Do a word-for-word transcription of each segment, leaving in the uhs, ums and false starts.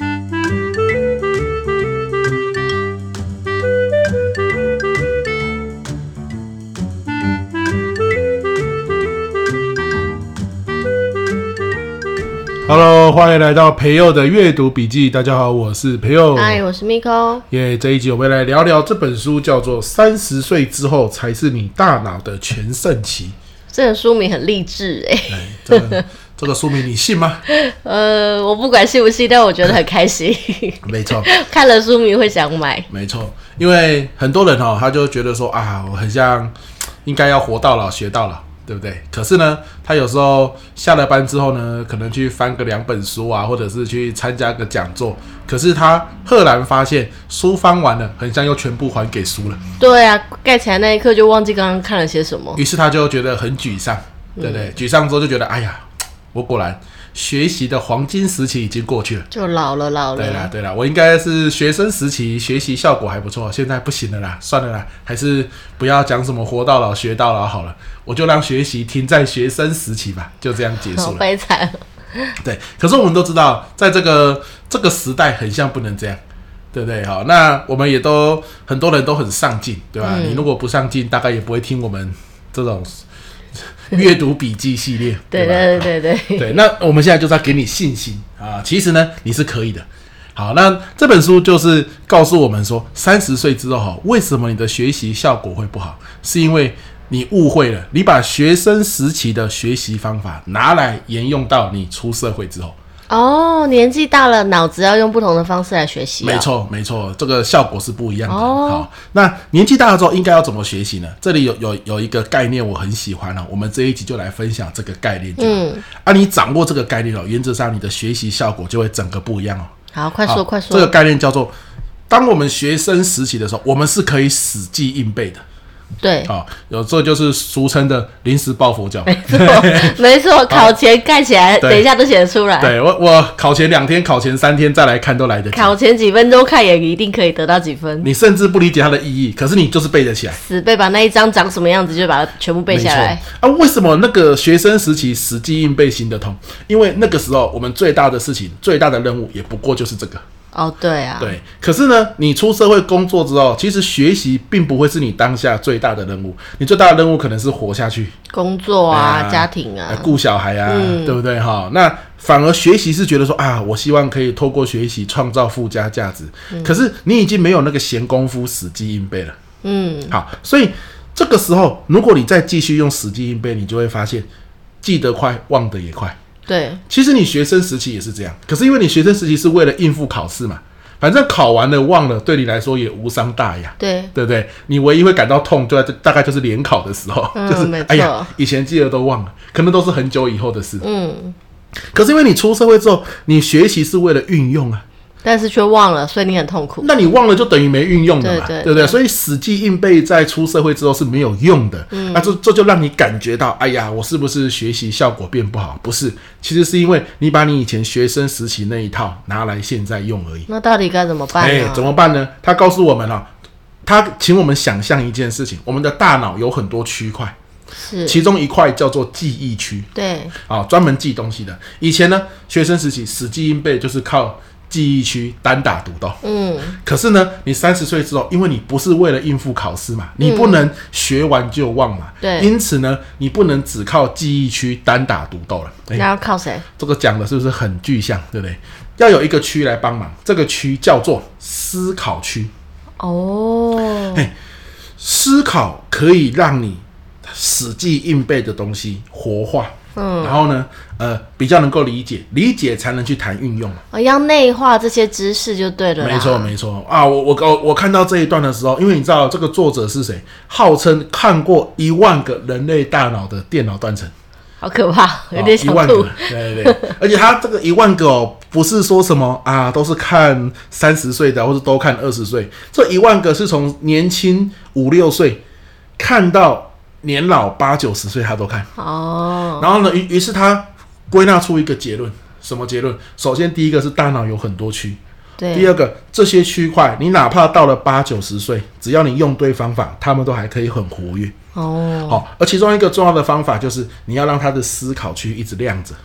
Hello， 欢迎来到培佑的阅读笔记。大家好，我是培佑。 嗨，我是 Miko。 耶、yeah, 这一集我们来聊聊这本书，叫做《三十岁之后才是你大脑的全盛期》。 这个书名很励志哎、欸。 这个这个书名你信吗？ 呃，我不管信不信，但我觉得很开心。 没错， 看了书名会想买。 没错，因为很多人哦，他就觉得说啊，我很像应该要活到老学到老。对不对？可是呢，他有时候下了班之后呢，可能去翻个两本书啊，或者是去参加个讲座。可是他赫然发现，书翻完了，很像又全部还给书了。 对啊，盖起来那一刻就忘记刚刚看了些什么。 于是他就觉得很沮丧，对不对？嗯、沮丧之后就觉得，哎呀，我果然学习的黄金时期已经过去了， 就老了老了。 对啦对啦，我应该是学生时期学习效果还不错，现在不行了啦，算了啦，还是不要讲什么活到老学到老好了，我就让学习停在学生时期吧，就这样结束了。 好悲惨。 对，可是我们都知道，在这个这个时代，很像不能这样，对不对？好，那我们也都很多人都很上进，对吧？嗯、你如果不上进，大概也不会听我们这种阅读笔记系列。 对对对对对对，那我们现在就是要给你信心啊！其实呢，你是可以的。好，那这本书就是告诉我们说，三十岁之后，为什么你的学习效果会不好？是因为你误会了，你把学生时期的学习方法拿来沿用到你出社会之后。 哦，年纪大了，脑子要用不同的方式来学习、哦。 没错，没错，这个效果是不一样的。哦、好，那年纪大了之后应该要怎么学习呢？这里有有有一个概念我很喜欢哦，我们这一集就来分享这个概念就好。嗯，啊，你掌握这个概念哦，原则上你的学习效果就会整个不一样哦。 好，快说快说。 这个概念叫做，当我们学生时期的时候，我们是可以死记硬背的。 对， 好、哦，有这就是俗称的临时抱佛脚。 没错，没错，考前盖起来，等一下都写得出来。 对我，我考前两天、考前三天再来看都来得及。 考前几分钟看也一定可以得到几分。 你甚至不理解它的意义，可是你就是背得起来， 死背把那一张长什么样子就把它全部背下来。 啊，为什么那个学生时期死记硬背行得通？因为那个时候我们最大的事情、最大的任务也不过就是这个。 哦，对啊， 对。可是呢，你出社会工作之后，其实学习并不会是你当下最大的任务，你最大的任务可能是活下去， 工作啊，啊家庭啊， 顾小孩啊，嗯、对不对哈？那反而学习是觉得说啊，我希望可以透过学习创造附加价值。嗯、可是你已经没有那个闲工夫死记硬背了。嗯，好，所以这个时候，如果你再继续用死记硬背，你就会发现记得快，忘得也快。 对， 其实你学生时期也是这样，可是因为你学生时期是为了应付考试嘛，反正考完了忘了，对你来说也无伤大雅， 对， 对不对？你唯一会感到痛，就在大概就是联考的时候， 嗯、 就是哎呀，以前记得都忘了，可能都是很久以后的事。嗯，可是因为你出社会之后，你学习是为了运用啊。 但是却忘了，所以你很痛苦。 那你忘了就等于没运用的嘛， 对, 对, 对不对？所以死记硬背在出社会之后是没有用的。嗯，那这这就让你感觉到，哎呀，我是不是学习效果变不好？不是，其实是因为你把你以前学生时期那一套拿来现在用而已。 那到底该怎么办呢？ 哎，怎么办呢？他告诉我们了，他请我们想象一件事情：我们的大脑有很多区块。 是， 其中一块叫做记忆区。 对， 啊，专门记东西的。以前呢，学生时期死记硬背就是靠记忆区单打独斗。嗯，可是呢，你三十岁之后，因为你不是为了应付考试嘛，你不能学完就忘嘛。对、嗯，因此呢，你不能只靠记忆区单打独斗了。 那要靠谁？ 这个讲的是不是很具象，对不对？要有一个区来帮忙，这个区叫做思考区。哦，嘿，思考可以让你死记硬背的东西活化。嗯，然后呢，呃，比较能够理解，理解才能去谈运用。 哦，要内化这些知识就对了啦。 没错，没错啊！我我我看到这一段的时候，因为你知道这个作者是谁，号称看过一万个人类大脑的电脑断层， 好可怕，有点想吐。 哦、一万个，对对对，而且他这个一万个哦，不是说什么啊，都是看三十岁的，或者都看二十岁，这一万个是从年轻五六岁看到年老八九十岁他都看哦，然后呢，于于是他归纳出一个结论，什么结论？首先第一个是大脑有很多区，对，第二个这些区块你哪怕到了八九十岁，只要你用对方法，他们都还可以很活跃哦。好，而其中一个重要的方法就是你要让他的思考区一直亮着。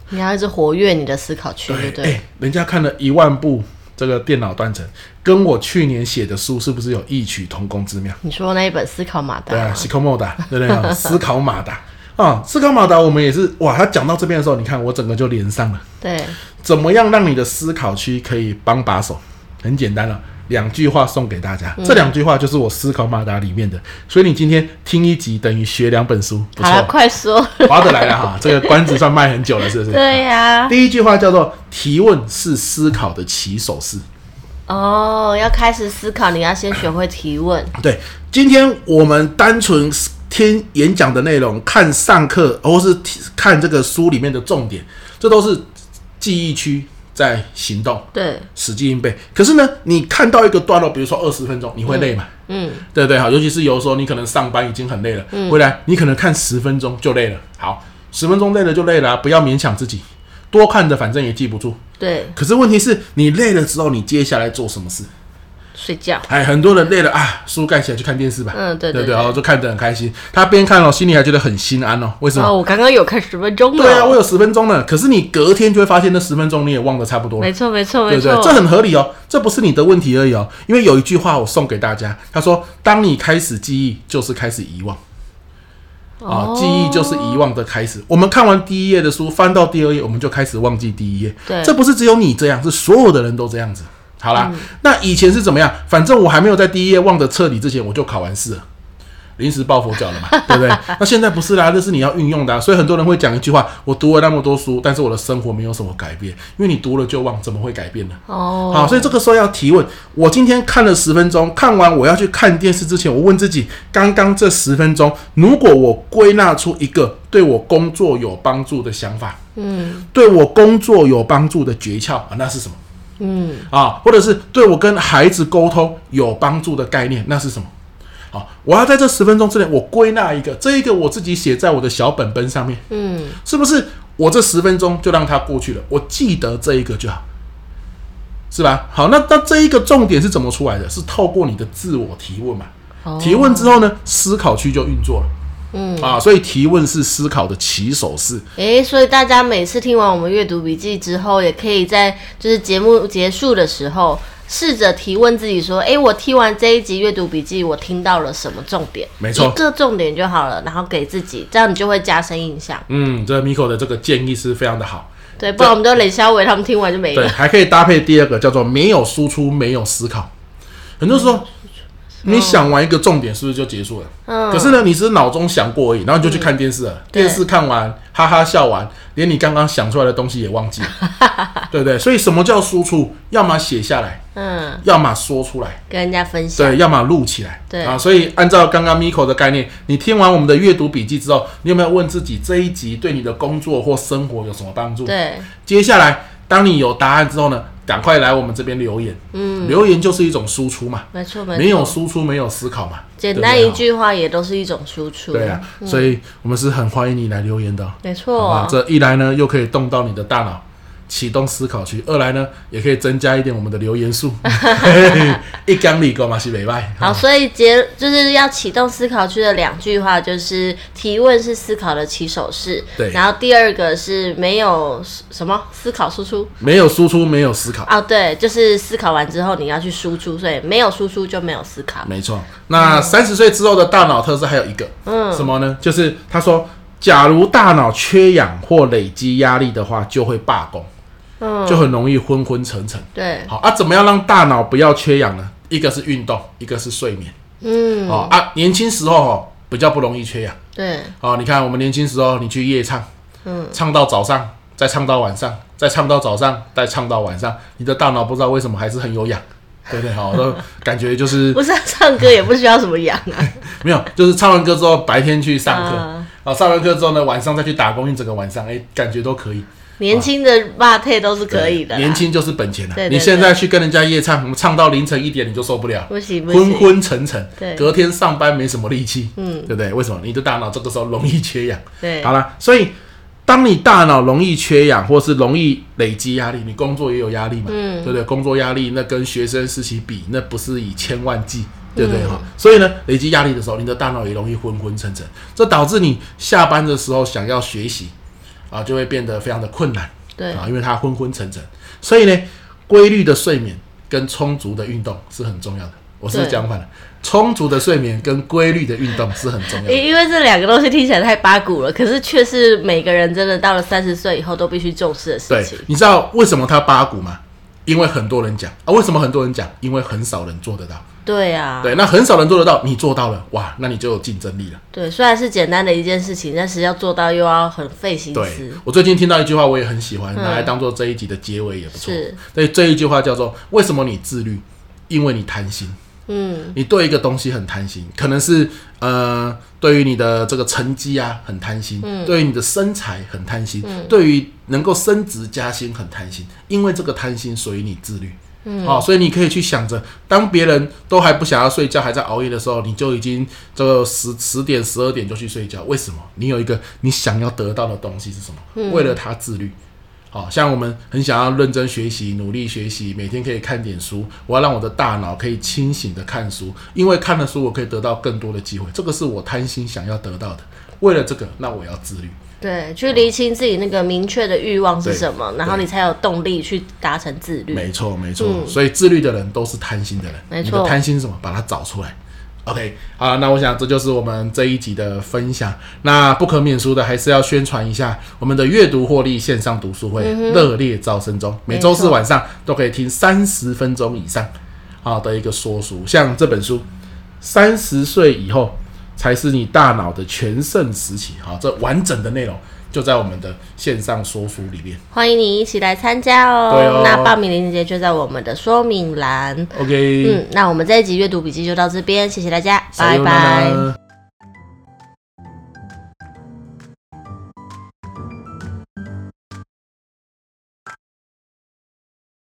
你要一直活跃你的思考区，对不对？ 欸、人家看了一万部这个电脑断层，跟我去年写的书是不是有异曲同工之妙？ 你说那一本思考马达， 对啊，思考马达，对不对？思考马达啊，思考马达，我们也是哇，他讲到这边的时候，你看我整个就连上了。 对， 怎么样让你的思考区可以帮把手？很简单了、啊。两句话送给大家，嗯、这两句话就是我思考马达里面的，所以你今天听一集等于学两本书，不错。 好，快说， 划得来了哈，这个关子算卖很久了，是不是？ 对呀、啊。 第一句话叫做提问是思考的起手式。 哦，要开始思考，你要先学会提问。 对，今天我们单纯听演讲的内容，看上课或是看这个书里面的重点，这都是记忆区。在行动， 对， 实际应备。可是呢，你看到一个段落，比如说二十分钟，你会累嘛？嗯，对不对？好，尤其是有时候你可能上班已经很累了，嗯、回来你可能看十分钟就累了。好，十分钟累了就累了、啊，不要勉强自己，多看的反正也记不住。 对。 可是问题是你累了之后，你接下来做什么事？ 睡觉。 哎，很多人累了啊，书盖起来去看电视吧。 嗯，对对对, 对, 对，然后就看得很开心。他边看哦，心里还觉得很心安哦。为什么？ 哦，我刚刚有看十分钟了。 对啊，我有十分钟了。可是你隔天就会发现，那十分钟你也忘得差不多了。 没错，没错， 没错，对对，这很合理哦。这不是你的问题而已哦。因为有一句话我送给大家，他说：“当你开始记忆，就是开始遗忘。”啊、哦，记忆就是遗忘的开始。我们看完第一页的书，翻到第二页，我们就开始忘记第一页。 对， 这不是只有你这样，是所有的人都这样子。好啦、嗯，那以前是怎么样？反正我还没有在第一页忘得彻底之前，我就考完试了，临时抱佛脚了嘛，对不对？那现在不是啦，这是你要运用的、啊。所以很多人会讲一句话：我读了那么多书，但是我的生活没有什么改变，因为你读了就忘，怎么会改变呢？哦，好，所以这个时候要提问。我今天看了十分钟，看完我要去看电视之前，我问自己：刚刚这十分钟，如果我归纳出一个对我工作有帮助的想法，嗯，对我工作有帮助的诀窍啊，那是什么？嗯啊，或者是对我跟孩子沟通有帮助的概念，那是什么？好，我要在这十分钟之内，我归纳一个，这一个我自己写在我的小本本上面，嗯，是不是？我这十分钟就让它过去了，我记得这一个就好，是吧？好，那那这一个重点是怎么出来的？是透过你的自我提问嘛？哦、提问之后呢，思考区就运作了。嗯啊，所以提问是思考的起手式。 诶，所以大家每次听完我们阅读笔记之后，也可以在就是节目结束的时候，试着提问自己说：诶，我听完这一集阅读笔记，我听到了什么重点？ 没错， 一个重点就好了，然后给自己，这样你就会加深印象。 嗯，这 Miko 的这个建议是非常的好。 对，不然我们就冷肖伟他们听完就没了。 对，还可以搭配第二个叫做没有输出，没有思考。很多时候。嗯你想完一个重点，是不是就结束了？嗯。可是呢，你只是脑中想过而已，然后你就去看电视了。嗯、电视看完，哈哈笑完，连你刚刚想出来的东西也忘记了，对不对？所以什么叫输出？要么写下来，嗯，要么说出来， 跟人家分享， 对，要么录起来， 对啊。所以按照刚刚 Miko 的概念，你听完我们的阅读笔记之后，你有没有问自己这一集对你的工作或生活有什么帮助？ 对。 接下来，当你有答案之后呢？赶快来我们这边留言，嗯，留言就是一种输出嘛， 没错没错， 没有输出没有思考嘛， 简单一句话也都是一种输出， 对啊，嗯、所以我们是很欢迎你来留言的、哦， 没错、啊， 这一来呢又可以动到你的大脑，启动思考区；二来呢也可以增加一点我们的留言数，一讲理工嘛是没坏。 好，所以结就是要启动思考区的两句话，就是提问是思考的起手式， 对， 然后第二个是没有什么思考输出， 没有输出没有思考， 哦，对，就是思考完之后你要去输出，所以没有输出就没有思考， 没错。那三十岁之后的大脑特质还有一个，嗯，什么呢？就是他说，假如大脑缺氧或累积压力的话，就会罢工。嗯，就很容易昏昏沉沉。 对， 好啊，怎么样让大脑不要缺氧呢？一个是运动，一个是睡眠。嗯，好啊，年轻时候哦比较不容易缺氧。 对， 好，你看我们年轻时候，你去夜唱，嗯，唱到早上，再唱到晚上，再唱到早上，再唱到晚上，你的大脑不知道为什么还是很有氧。对不对？好，都感觉就是不是、啊、唱歌也不需要什么氧啊。 没有，就是唱完歌之后白天去上课，啊、然后上完课之后呢，晚上再去打工一整个晚上，哎，感觉都可以。 年轻的霸退都是可以的， 年轻就是本钱了。 对对对， 你现在去跟人家夜唱，我们唱到凌晨一点你就受不了， 不行不行， 昏昏沉沉， 对， 隔天上班没什么力气，嗯，对不对？为什么？你的大脑这个时候容易缺氧。 对， 好了，所以当你大脑容易缺氧，或是容易累积压力，你工作也有压力嘛，嗯，对不对？工作压力那跟学生时期比，那不是以千万计。对不对哈、嗯？所以呢，累积压力的时候，你的大脑也容易昏昏沉沉，这导致你下班的时候想要学习， 啊，就会变得非常的困难。 对啊，因为它昏昏沉沉。所以呢，规律的睡眠跟充足的运动是很重要的。我是讲反了，充足的睡眠跟规律的运动是很重要的。 因为这两个东西听起来太八股了，可是却是每个人真的到了三十岁以后都必须重视的事情。 对，你知道为什么它八股吗？因为很多人讲啊，为什么很多人讲？因为很少人做得到。 对啊， 对，那很少人做得到，你做到了，哇，那你就有竞争力了。 对，虽然是简单的一件事情，但是要做到又要很费心思。 对，我最近听到一句话，我也很喜欢，拿来当做这一集的结尾也不错。 是， 所以这一句话叫做：为什么你自律？因为你贪心。 嗯， 你对一个东西很贪心，可能是呃，对于你的这个成绩啊很贪心，嗯、对于你的身材很贪心，嗯、对于能够升职加薪很贪心，因为这个贪心，所以你自律。嗯，好、哦，所以你可以去想着，当别人都还不想要睡觉，还在熬夜的时候，你就已经这个十十点、十二点就去睡觉。为什么？你有一个你想要得到的东西是什么？嗯、为了他自律。好、哦、像我们很想要认真学习、努力学习，每天可以看点书。我要让我的大脑可以清醒的看书，因为看了书，我可以得到更多的机会。这个是我贪心想要得到的。为了这个，那我要自律。 对，去厘清自己那个明确的欲望是什么，然后你才有动力去达成自律。 没错，没错、嗯。所以自律的人都是贪心的人。 没错， 你的贪心是什么？把它找出来。OK， 好，那我想这就是我们这一集的分享。那不可免俗的，还是要宣传一下我们的阅读获利线上读书会，热、嗯、烈招生中，每周四晚上都可以听三十分钟以上好的一个说书。像这本书，三十岁以后才是你大脑的全盛时期。好，这完整的内容就在我们的线上说书里面， 欢迎你一起来参加哦。 对哦， 那报名链接就在我们的说明栏。 OK， 嗯，那我们这一集阅读笔记就到这边，谢谢大家，拜拜。